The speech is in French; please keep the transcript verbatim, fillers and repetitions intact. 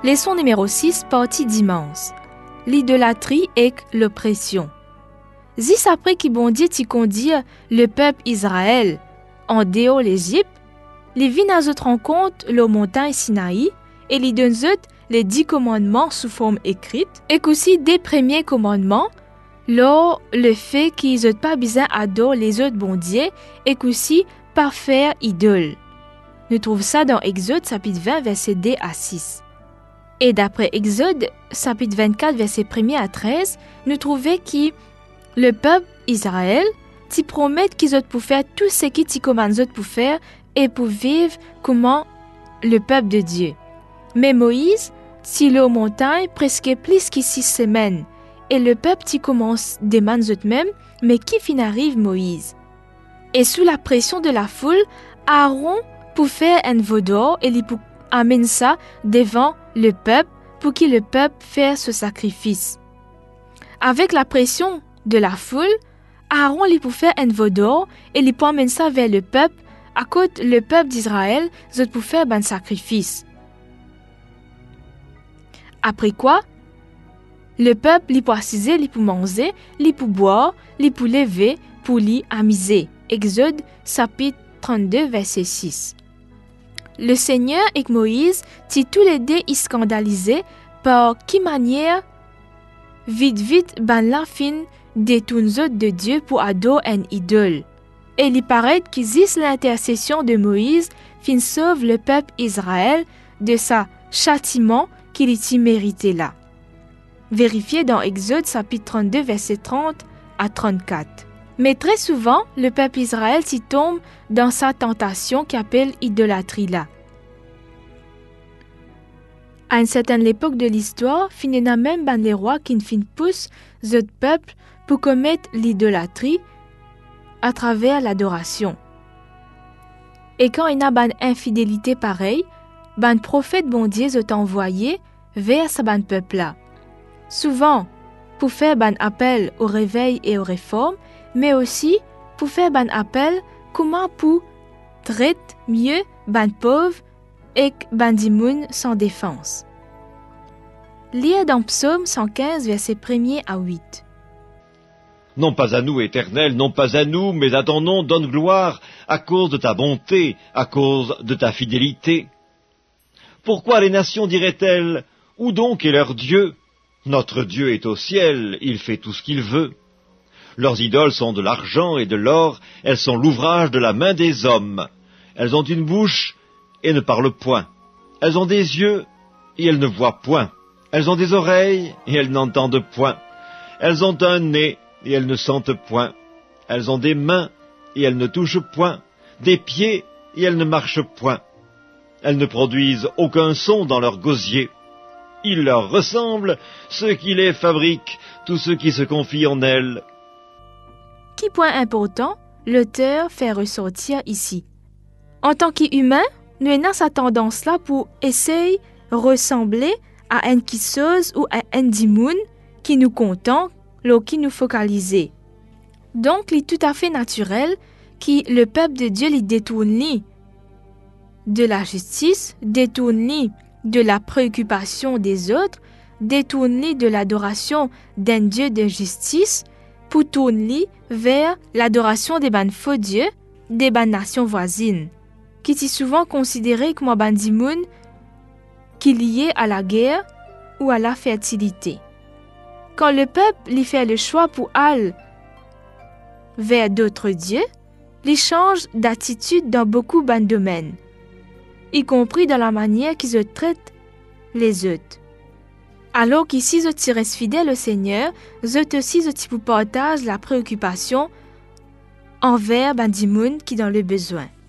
Leçon numéro six, partie dimanche. L'idolâtrie et l'oppression. Zis après qui bon Dieu t'y conduire le peuple Israël en dehors l'Égypte, les vins à autres rencontre le montagne Sinaï et les donne les dix commandements sous forme écrite et aussi des premiers commandements lors le fait qu'ils n'ont pas besoin d'adorer les autres bons dieux et aussi pas faire idole. Nous trouvons ça dans Exode chapitre vingt verset deux à six. Et d'après Exode chapitre vingt-quatre verset un à treize, nous trouvons que le peuple Israël t'y promet qu'ils ont pour faire tout ce qui t'y commande pour faire et pour vivre comme le peuple de Dieu. Mais Moïse t'y est aux montagnes presque plus que six semaines et le peuple t'y commence demande eux-mêmes, mais qui fin arrive Moïse? Et sous la pression de la foule, Aaron pour faire un veau d'or et il amène ça devant le peuple pour que le peuple fasse ce sacrifice. Avec la pression de la foule, Aaron lui pour faire un veau d'or et il pour amener ça vers le peuple, à côté le peuple d'Israël, zot pour faire un sacrifice. Après quoi, le peuple lui pour assiser, lui pour manger, lui pour boire, lui pour lever, pour lui amuser. Exode chapitre trente-deux verset six. Le Seigneur et Moïse t'y tous les deux y scandalisés par qui manière vite vite ben la fin détourne de Dieu pour adorer un idole. Et il paraît qu'existe l'intercession de Moïse fin sauve le peuple Israël de sa châtiment qu'il y méritait là. Vérifiez dans Exode chapitre trente-deux verset trente à trente-quatre. Mais très souvent, le peuple Israël s'y tombe dans sa tentation qu'appelle idolâtrie là. À une certaine époque de l'histoire, finina même ban les rois qui ne fin poussent ce peuple pour commettre l'idolâtrie à travers l'adoration. Et quand il y a ban infidélité pareille, ban prophète bon Dieu est envoyé vers ce ban peuple là. Souvent pour faire ban appel au réveil et aux réformes, mais aussi pour faire ban appel comment pour traiter mieux ban pauvre et ban dimoun sans défense. Lire dans Psaume cent quinze verset un à huit. Non pas à nous, Éternel, non pas à nous, mais à ton nom donne gloire à cause de ta bonté, à cause de ta fidélité. Pourquoi les nations diraient-elles, où donc est leur Dieu? Notre Dieu est au ciel, il fait tout ce qu'il veut. Leurs idoles sont de l'argent et de l'or, elles sont l'ouvrage de la main des hommes. Elles ont une bouche et ne parlent point. Elles ont des yeux et elles ne voient point. Elles ont des oreilles et elles n'entendent point. Elles ont un nez et elles ne sentent point. Elles ont des mains et elles ne touchent point. Des pieds et elles ne marchent point. Elles ne produisent aucun son dans leur gosier. Il leur ressemble ceux qui les fabriquent, tous ceux qui se confient en elles. Qui point important, l'auteur fait ressortir ici. En tant qu'humain, nous avons sa tendance-là pour essayer de ressembler à un kisseuse ou à un dimoun qui nous content, qui nous focalise. Donc, il est tout à fait naturel que le peuple de Dieu les détourne de la justice, détourne de la préoccupation des autres, détourne de l'adoration d'un Dieu de justice, pour tourner vers l'adoration des ban faux dieux, des ban nations voisines, qui sont souvent considérées comme ban dimoun qui liés à la guerre ou à la fertilité. Quand le peuple lui fait le choix pour aller vers d'autres dieux, il change d'attitude dans beaucoup de domaines, y compris dans la manière qu'ils traitent les autres. Alors qu'ici, je reste fidèle au Seigneur, je aussi je vous partage la préoccupation envers ben dimoun qui dans le besoin.